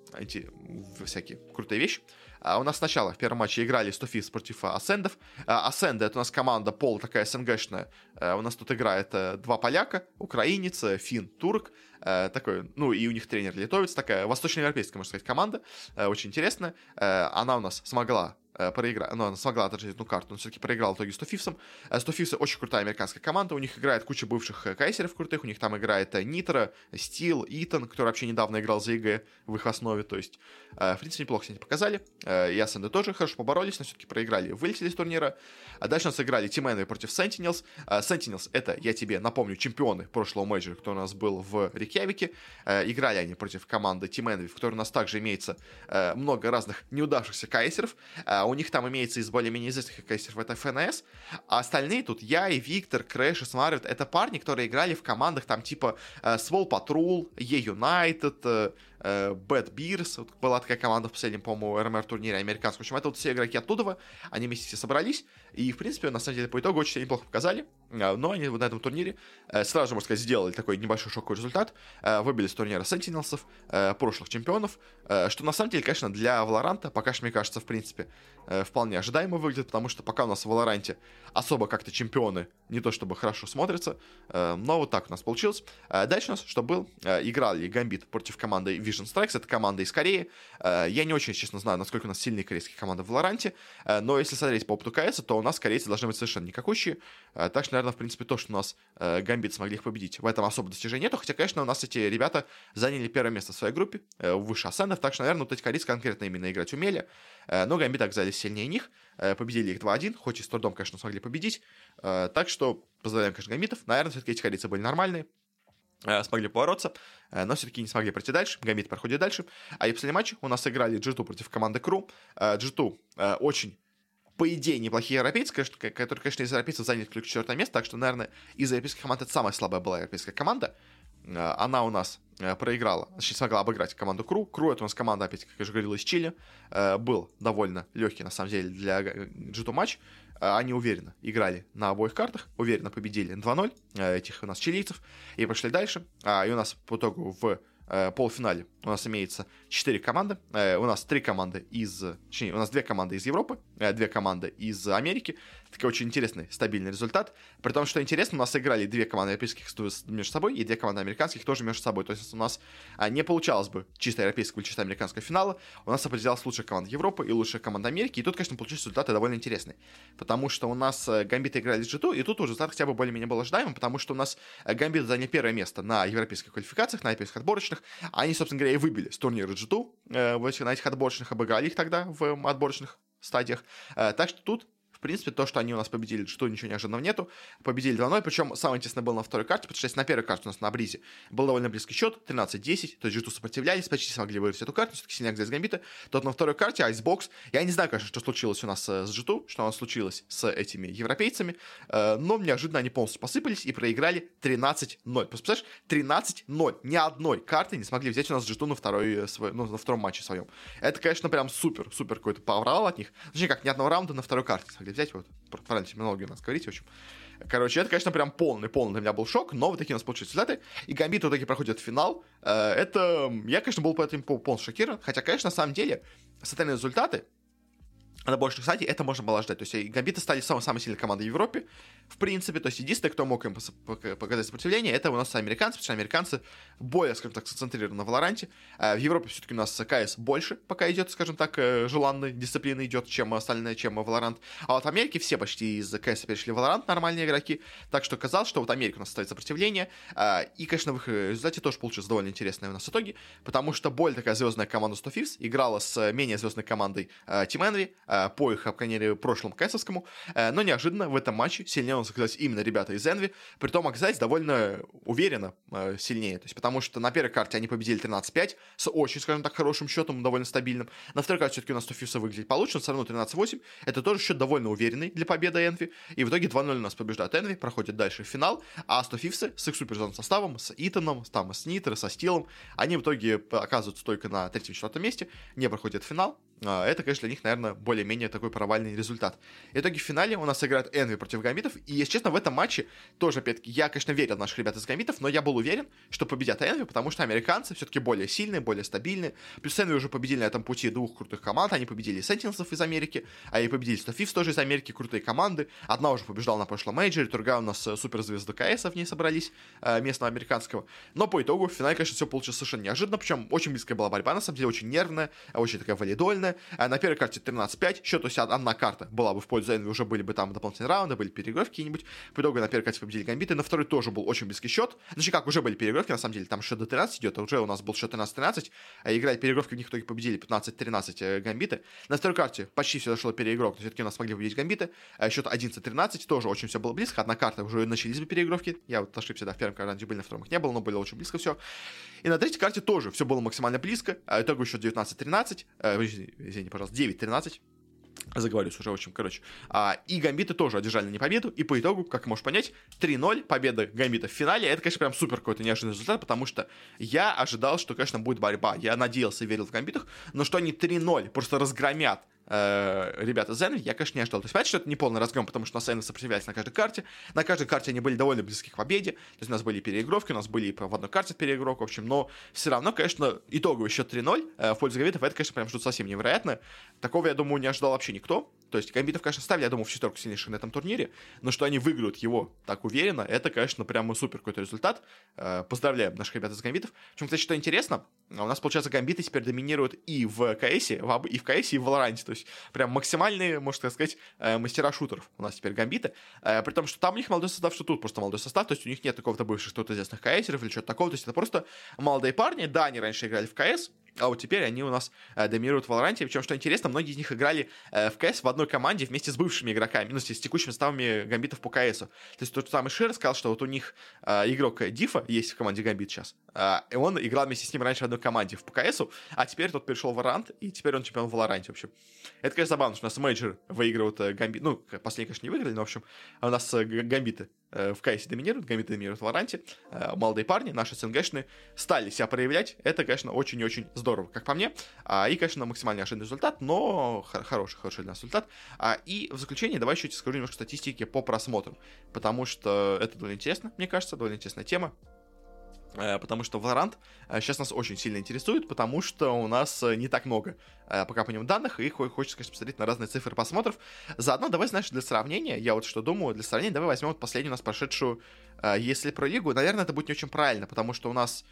всякие крутые вещи. У нас сначала в первом матче играли Стофис против Асцендов. Асценды — это у нас команда пол такая СНГшная. У нас тут играет два поляка, украинец, фин, турок. Такой, ну и у них тренер литовец, такая восточноевропейская, можно сказать, команда. Очень интересная. Она у нас смогла проиграла, но она смогла отложить одну карту, но все-таки проиграла в итоге 100 Фифсом. 100 Фифсы очень крутая американская команда, у них играет куча бывших кайсеров крутых, у них там играет Нитро, Стил, Итан, который вообще недавно играл за ЕГЭ в их основе, то есть, в принципе, неплохо себя показали. И Асценды тоже хорошо поборолись, но все-таки проиграли, вылетели из турнира. А дальше у нас играли Team Envy против Sentinels. Sentinels — это, я тебе напомню, чемпионы прошлого мейджора, кто у нас был в Рейкьявике. Играли они против команды Team Envy, в которой у нас также имеется много разных неудавшихся кайсеров. У них там имеется из более-менее известных кайсеров это ФНС. А остальные тут я и Виктор, Крэш и Смарвит — это парни, которые играли в командах там типа Swole Patrol, E-United, Bad Beers, вот была такая команда в последнем, по-моему, РМР-турнире американском. В общем, это вот все игроки оттуда, они вместе все собрались, и, в принципе, на самом деле, по итогу очень неплохо показали, но они вот на этом турнире сразу же, можно сказать, сделали такой небольшой шоковый результат, выбили с турнира Sentinels'ов, прошлых чемпионов, что, на самом деле, конечно, для Valorant пока что, мне кажется, в принципе, вполне ожидаемо выглядит, потому что пока у нас в Valorant особо как-то чемпионы не то чтобы хорошо смотрятся, но вот так у нас получилось. Дальше у нас, что был, играли Gambit против команды Vision Strikes, это команда из Кореи. Я не очень, честно, знаю, насколько у нас сильные корейские команды в Valorant, но если смотреть по опыту КС, то у нас корейцы должны быть совершенно никакущие, так что, наверное, в принципе, то, что у нас Gambit смогли их победить, в этом особо достижения нету, хотя, конечно, у нас эти ребята заняли первое место в своей группе, выше Асцендов, так что, наверное, вот эти корейцы конкретно именно играть умели, но Gambit оказались сильнее них, победили их 2-1, хоть и с трудом, конечно, смогли победить, так что поздравляем, конечно, Гамбитов, наверное, все-таки эти корейцы были нормальные, смогли побороться, но все-таки не смогли пройти дальше. Гамбит проходит дальше. А и в последнем матче у нас играли G2 против команды Crew. G2 очень, по идее, неплохие европейцы, которые, конечно, из европейцев заняли только 4 место, так что, наверное, из европейских команд это самая слабая была европейская команда. Она у нас проиграла, точнее, смогла обыграть команду Crew. Crew — это у нас команда, опять, как я уже говорил, из Чили. Был довольно легкий, на самом деле, для G2 матч. Они уверенно играли на обоих картах, уверенно победили 2-0 этих у нас чилийцев и пошли дальше. И у нас по итогу в полуфинале у нас имеется 4 команды. У нас 3 команды точнее, у нас 2 команды из Европы, 2 команды из Америки. Такой очень интересный, стабильный результат. При том, что интересно, у нас играли 2 команды европейских между собой и 2 команды американских тоже между собой. То есть у нас не получалось бы чисто европейского или чисто американского финала. У нас определялась лучшая команда Европы и лучшая команда Америки. И тут, конечно, получились результаты довольно интересные. Потому что у нас Гамбиты играли с G2, и тут уже результат хотя бы более-менее был ожидаемым, потому что у нас Гамбиты заняли первое место на европейских квалификациях, на европейских отборочных. Они, собственно говоря, и выбили с турнира G2. На этих отборочных обыграли их тогда в отборочных стадиях. Так что тут, в принципе, то, что они у нас победили, что ничего неожиданного нету. Победили 2-0, причем самое интересное было на второй карте, потому что если на первой карте у нас на Бризе был довольно близкий счет, 13-10, то есть G2 сопротивлялись, почти смогли вырвать эту карту, все-таки сильнее взять Гамбита. Тот на второй карте Icebox, я не знаю, конечно, что случилось у нас с G2, что у нас случилось с этими европейцами, но неожиданно они полностью посыпались и проиграли 13-0. Представляешь, 13-0, ни одной карты не смогли взять у нас G2 на втором матче своем. Это, конечно, прям супер какой-то пауэрал от них. Точнее, как ни одного раунда на второй карте смогли взять, вот, правильно терминологию у нас говорите, в общем. Короче, это, конечно, прям полный для меня был шок, но вот такие у нас получились результаты, и Гамбит в итоге проходит в финал. Я, конечно, был по этому полностью шокирован, хотя, конечно, на самом деле, остальные результаты на больших стадий это можно было ждать. То есть Гамбиты стали самой сильной командой в Европе, в принципе. То есть единственное, кто мог им показать сопротивление, это у нас американцы, потому что американцы более, скажем так, сконцентрированы на Валоранте. В Европе все-таки у нас КС больше пока идет, скажем так, желанной дисциплины идет, чем остальное, чем Valorant. А вот в Америке все почти из КС перешли в Valorant, нормальные игроки. Так что казалось, что вот Америка у нас ставит сопротивление. И, конечно, в их результате тоже получилось довольно интересное у нас итоги, потому что более такая звездная команда 100 Thieves играла с менее звездной командой Team Envy по их обконерию прошлому кайсовскому, но неожиданно в этом матче сильнее у нас оказались именно ребята из Envy, притом оказались довольно уверенно сильнее, то есть потому что на первой карте они победили 13-5 с очень, скажем так, хорошим счетом, довольно стабильным. На второй карте все-таки у нас 100 Thieves выглядит получше, но все равно 13-8, это тоже счет довольно уверенный для победы Envy, и в итоге 2-0 у нас побеждает Envy, проходит дальше в финал, а 100 Thieves с их суперзвездным составом, с Итаном, там, с Нитро, со Стилом, они в итоге оказываются только на 3-4 месте, не проходят в финал. Это, конечно, для них, наверное, более-менее такой провальный результат. В итоге в финале у нас играют Envy против Гамбитов, и, если честно, в этом матче тоже, опять-таки, я, конечно, верил в наших ребят из Гамбитов, но я был уверен, что победят Envy, потому что американцы все-таки более сильные, более стабильные. Плюс Envy уже победили на этом пути двух крутых команд, они победили Sentinels'ов из Америки, а и победили 100 Thieves тоже из Америки, крутые команды. Одна уже побеждала на прошлом мейджоре, другая у нас суперзвезды КС в ней собрались, местного американского. Но по итогу в финале, конечно, все получилось совершенно неожиданно, причем очень близкая была борьба, на самом деле, очень нервная, очень такая валидольная. интересная. На первой карте 13-5, счет, то есть одна карта была бы в пользу Envy, уже были бы там дополнительные раунды, были переигровки какие-нибудь. По итогу на первой карте победили гамбиты, на второй тоже был очень близкий счет. Значит, как, уже были переигровки, на самом деле, там счет до 13 идет, а уже у нас был счет 13-13, играли переигровки, в них в итоге победили 15-13 гамбиты. На второй карте почти все дошло переигровок, но все-таки у нас смогли победить гамбиты. Счет 11-13, тоже очень все было близко, одна карта, уже начались бы переигровки. Я вот ошибся, да, в первом карте были, на втором их не было, но было очень близко все. И на третьей карте тоже все было максимально близко. Итоговый счет 19-13. Извините, пожалуйста, 9-13. Заговорюсь уже очень, короче. И гамбиты тоже одержали на победу. И по итогу, как можешь понять, 3-0, победа гамбита в финале. Это, конечно, прям супер какой-то неожиданный результат, потому что я ожидал, что, конечно, будет борьба. Я надеялся и верил в гамбитах, но что они 3-0 просто разгромят ребята из Envy, я, конечно, не ожидал. То есть, понятно, что это не полный разгром, потому что у нас Envy сопротивлялись на каждой карте. На каждой карте они были довольно близки к победе. То есть, у нас были переигровки, у нас были в одной карте переигровки, в общем. Но все равно, конечно, итоговый счет 3-0 в пользу гамбитов, это, конечно, прям что-то совсем невероятно. Такого, я думаю, не ожидал вообще никто. То есть, гамбитов, конечно, ставили, я думаю, в четверку сильнейших на этом турнире. Но что они выиграют его так уверенно, это, конечно, прям супер какой-то результат. Поздравляем наших ребят из гамбитов. Причем, кстати, что интересно, у нас, получается, гамбиты теперь доминируют и в КСе, и в КСе, и в Валоранте. То есть, прям максимальные, можно сказать, мастера шутеров у нас теперь гамбиты. При том, что там у них молодой состав, что тут просто молодой состав. То есть, у них нет какого-то бывших что-то известных КСеров или что-то такого. То есть, это просто молодые парни. Да, они раньше играли в КС, а вот теперь они у нас доминируют в Валоранте. Причем, что интересно, многие из них играли в КС в одной команде вместе с бывшими игроками, ну, с текущими составами гамбитов по КСу. То есть тот самый Шир сказал, что вот у них игрок Дифа есть в команде гамбит сейчас, и он играл вместе с ним раньше в одной команде в КСу, а теперь тот перешел в Валорант, и теперь он чемпион в Валоранте, в общем. Это, конечно, забавно, что у нас мейджор выигрывают гамбит, ну, последний, конечно, не выиграли, но, в общем, у нас гамбиты в КСе доминируют, гамбиты доминируют в Валоранте, молодые парни, наши СНГшные, стали себя проявлять, это, конечно, очень и очень здорово, как по мне, и, конечно, максимально неожиданный результат, но хороший для нас результат. И в заключение давай еще скажу немножко статистики по просмотрам, потому что это довольно интересно, мне кажется, довольно интересная тема. Потому что Valorant сейчас нас очень сильно интересует, потому что у нас не так много пока по нему данных, и хочется, конечно, посмотреть на разные цифры просмотров. Заодно давай, знаешь, для сравнения, я вот что думаю, для сравнения давай возьмем вот последнюю у нас прошедшую ESL Pro Лигу. Наверное, это будет не очень правильно, потому что у нас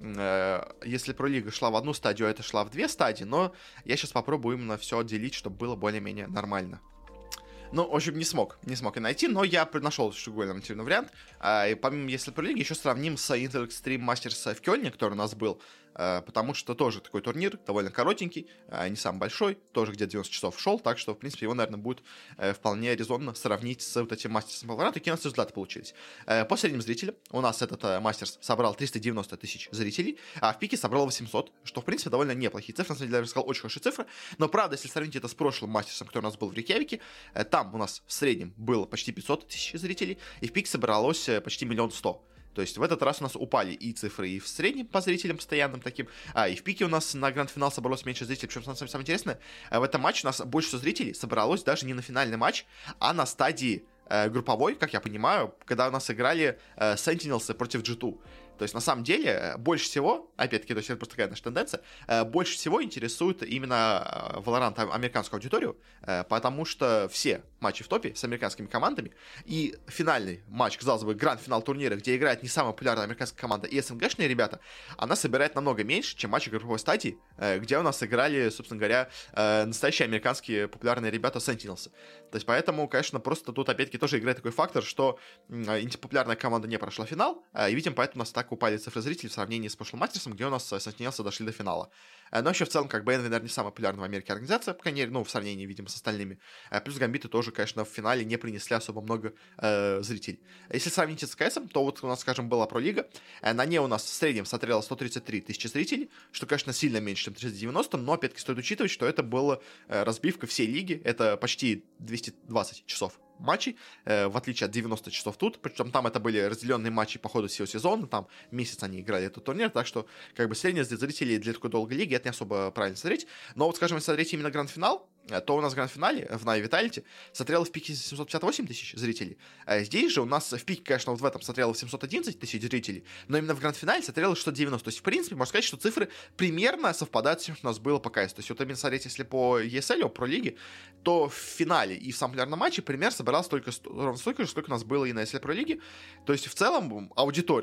если Pro Лига шла в одну стадию, а это шла в две стадии, но я сейчас попробую именно все отделить, чтобы было более-менее нормально. Ну, в общем, не смог и найти, но я нашел более альтернативный вариант. И помимо если Pro Лиги, еще сравним с Intel Extreme Masters в Кёльне, который у нас был, потому что тоже такой турнир, довольно коротенький, не самый большой, тоже где-то 90 часов шел, так что, в принципе, его, наверное, будет вполне резонно сравнить с вот этим мастерсом Valorant, какие у нас результаты получились. По средним зрителям у нас этот мастерс собрал 390 тысяч зрителей, а в пике собрал 800, что, в принципе, довольно неплохие цифры, на самом деле, я бы сказал, очень хорошие цифры, но, правда, если сравнить это с прошлым мастерсом, который у нас был в Рейкьявике, там у нас в среднем было почти 500 тысяч зрителей, и в пике собралось почти 1 100 000. То есть в этот раз у нас упали и цифры и в среднем по зрителям постоянным таким, и в пике у нас на гранд-финал собралось меньше зрителей. Причем, самое интересное, в этом матче у нас больше всего зрителей собралось даже не на финальный матч, а на стадии групповой, как я понимаю, когда у нас играли Sentinels против G2. То есть, на самом деле, больше всего, опять-таки, то есть это просто такая наша тенденция, больше всего интересует именно Valorant американскую аудиторию, потому что все матчи в топе с американскими командами, и финальный матч, казалось бы, гранд-финал турнира, где играет не самая популярная американская команда и СНГшные ребята, она собирает намного меньше, чем матчи групповой стадии, где у нас играли, собственно говоря, настоящие американские популярные ребята Sentinels. То есть, поэтому, конечно, просто тут, опять-таки, тоже играет такой фактор, что антипопулярная команда не прошла финал, и, видим, поэтому у нас так упали цифры зрителей в сравнении с прошлым мастерсом, где у нас Sentinels дошли до финала. Но вообще, в целом, как бы, Envy, наверное, не самая популярная в Америке организация, по крайней мере, ну, в сравнении, видимо, с остальными. Плюс гамбиты тоже, конечно, в финале не принесли особо много зрителей. Если сравнить с КСом, то вот у нас, скажем, была Про-лига. На ней у нас в среднем смотрело 133 тысячи зрителей, что, конечно, сильно меньше, чем 390, но, опять-таки, стоит учитывать, что это была разбивка всей лиги, это почти 220 часов матчей, в отличие от 90 часов тут, причем там это были разделенные матчи по ходу всего сезона, там месяц они играли этот турнир, так что, как бы, среднее для зрителей для такой долгой лиги это не особо правильно смотреть, но вот, скажем, если смотреть именно гранд-финал, то у нас в гранд-финале в Na'Vi Vitality смотрело в пике 758 тысяч зрителей. Здесь же у нас в пике, конечно, вот в этом смотрело 711 тысяч зрителей, но именно в гранд-финале смотрело 690. То есть, в принципе, можно сказать, что цифры примерно совпадают с тем, что у нас было по КС. То есть, вот именно смотреть, если по ESL, про лиги, то в финале и в самом популярном матче пример собирался ровно столько же, сколько у нас было и на ESL Pro лиге. То есть, в целом, аудитория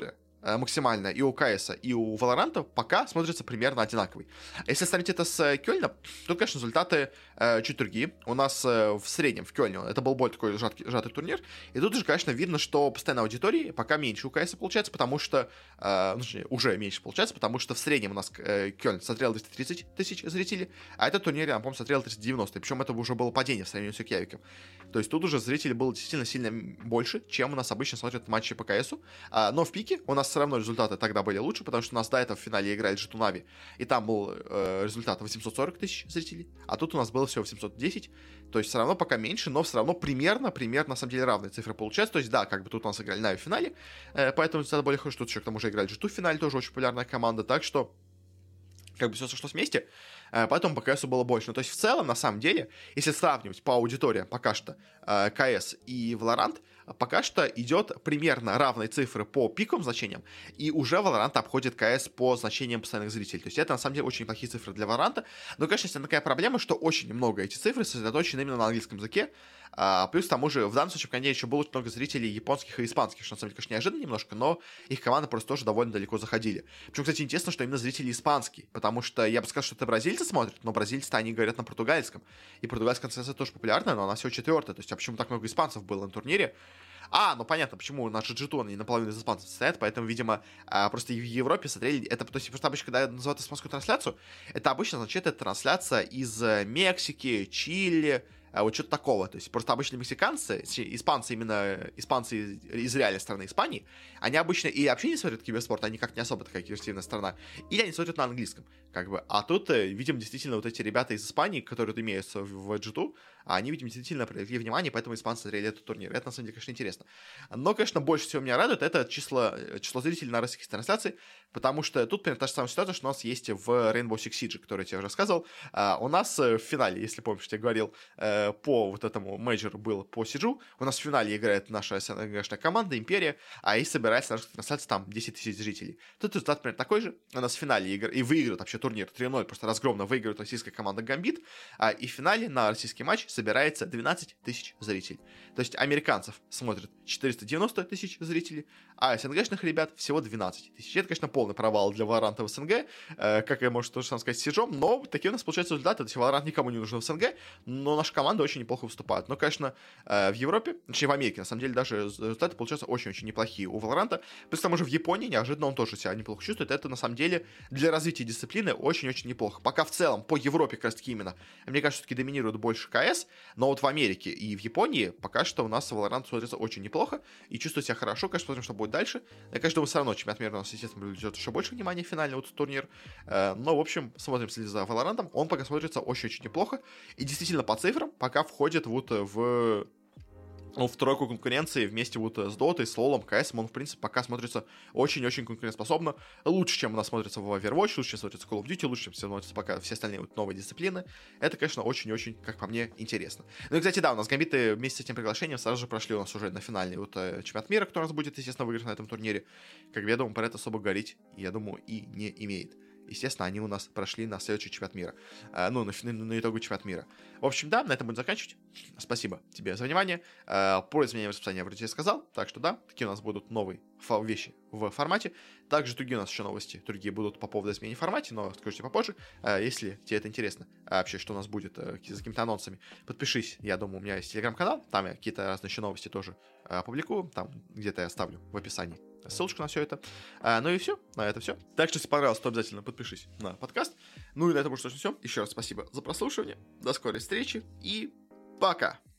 максимально и у КС, и у Valorant пока смотрится примерно одинаковый. Если сравнить это с Кёльном, то, конечно, результаты чуть другие. У нас в среднем в Кёльне это был более такой сжатый турнир, и тут уже, конечно, видно, что постоянно аудитории пока меньше у КС получается, потому что, уже меньше получается, потому что в среднем у нас Кёльн смотрел 230 тысяч зрителей, а этот турнир, я напомню, смотрел 390, причем это уже было падение в сравнении с Юкьявиком. То есть тут уже зрителей было действительно сильно больше, чем у нас обычно смотрят матчи по КСу, но в пике у нас все равно результаты тогда были лучше, потому что у нас до этого в финале играли G2 Na'Vi, и там был результат 840 тысяч зрителей, а тут у нас было всего 710, то есть все равно пока меньше, но все равно примерно, на самом деле, равные цифры получаются, то есть да, как бы тут у нас играли Na'Vi в финале, поэтому результат более хороший, тут еще к тому же играли G2 в финале, тоже очень популярная команда, так что как бы все сошлось вместе, поэтому по КСу было больше. Ну, то есть в целом, на самом деле, если сравнивать по аудитории пока что КС и Valorant, пока что идет примерно равные цифры по пиковым значениям, и уже Valorant обходит КС по значениям постоянных зрителей. То есть это, на самом деле, очень неплохие цифры для Valorant. Но, конечно, есть такая проблема, что очень много эти цифры сосредоточены именно на английском языке. Плюс к тому же, в данном случае, конечно, еще было очень много зрителей японских и испанских, что, на самом деле, конечно, неожиданно немножко, но их команды просто тоже довольно далеко заходили. Причем, кстати, интересно, что именно зрители испанские, потому что я бы сказал, что это бразильцы смотрят, но бразильцы-то они говорят на португальском, и португальская трансляция тоже популярная, но она всего 4-я, то есть, а почему так много испанцев было на турнире? Ну понятно, почему наши G2, они наполовину из испанцев состоят, поэтому, видимо, просто в Европе смотрели, это, то есть, просто обычно, когда называют испанскую трансляцию, это обычно означает, это трансляция из Мексики, Чили, вот что-то такого. То есть просто обычно мексиканцы, испанцы, именно испанцы из реальной страны Испании, они обычно или вообще не смотрят киберспорт, они как не особо такая киберспортивная страна, или они смотрят на английском, как бы. А тут, видимо, действительно вот эти ребята из Испании, которые тут имеются в G2, они, видимо, действительно привлекли внимание, поэтому испанцы смотрели этот турнир. Это, на самом деле, конечно, интересно. Но, конечно, больше всего меня радует это число зрителей на российских трансляциях, потому что тут, примерно, та же самая ситуация, что у нас есть в Rainbow Six Siege, который я тебе уже рассказывал. У нас в финале, если помнишь, я говорил, по вот этому мейджору был по Сиджу, у нас в финале играет наша СНГшная команда, Империя, и собирается на трансляции там 10 тысяч зрителей. Тут результат, примерно, такой же. У нас в финале и выигрывает вообще турнир 3-0, просто разгромно выигрывает российская команда Гамбит, и в финале на российский матч собирается 12 тысяч зрителей. То есть американцев смотрят 490 тысяч зрителей, а СНГшных ребят всего 12 тысяч. Это, конечно, полный провал для Valorant в СНГ, как я, может, тоже сам сказать, с Сиджом, но такие у нас получаются результаты. То есть Valorant никому не нужен в СНГ, но наша команда очень неплохо выступает. Но, конечно, в Европе, точнее в Америке, на самом деле, даже результаты получаются очень-очень неплохие у Valorant. Плюс к тому же в Японии неожиданно он тоже себя неплохо чувствует. Это, на самом деле, для развития дисциплины очень-очень неплохо. Пока в целом по Европе, как раз таки именно, мне кажется, все-таки доминирует больше КС, но вот в Америке и в Японии пока что у нас Valorant смотрится очень неплохо и чувствует себя хорошо. Конечно, посмотрим, что будет дальше. Я, конечно, думаю, все равно чемпионат мира у нас, естественно, привлечет еще больше внимания в финальный вот турнир. Но, в общем, смотрим за Valorant. Он пока смотрится очень-очень неплохо. И действительно, по цифрам, пока входит вот в тройку конкуренции вместе вот с Дотой, с Лолом, КС, он, в принципе, пока смотрится очень-очень конкурентоспособно. Лучше, чем у нас смотрится в Overwatch, лучше, чем смотрится Call of Duty, лучше, чем смотрятся пока все остальные вот новые дисциплины. Это, конечно, очень-очень, как по мне, интересно. Ну и, кстати, да, у нас Гамбиты вместе с этим приглашением сразу же прошли у нас уже на финальный вот чемпионат мира, который у нас будет, естественно, выигран на этом турнире. Как бы, я думаю, про это особо говорить, я думаю, и не имеет. Естественно, они у нас прошли на следующий чемпионат мира. На итоговый чемпионат мира. В общем, да, на этом будем заканчивать. Спасибо тебе за внимание. Про изменение расписания я вроде тебе сказал. Так что да, такие у нас будут новые вещи в формате. Также другие у нас еще новости. Другие будут по поводу изменения в формате, но скажу тебе попозже. Если тебе это интересно, вообще, что у нас будет за какими-то анонсами, подпишись. Я думаю, у меня есть телеграм-канал. Там я какие-то разные еще новости тоже публикую. Там где-то я оставлю в описании ссылочку на все это. Ну и все, на это все. Так что, если понравилось, то обязательно подпишись на подкаст. Ну и на этом будет точно все. Еще раз спасибо за прослушивание. До скорой встречи и пока!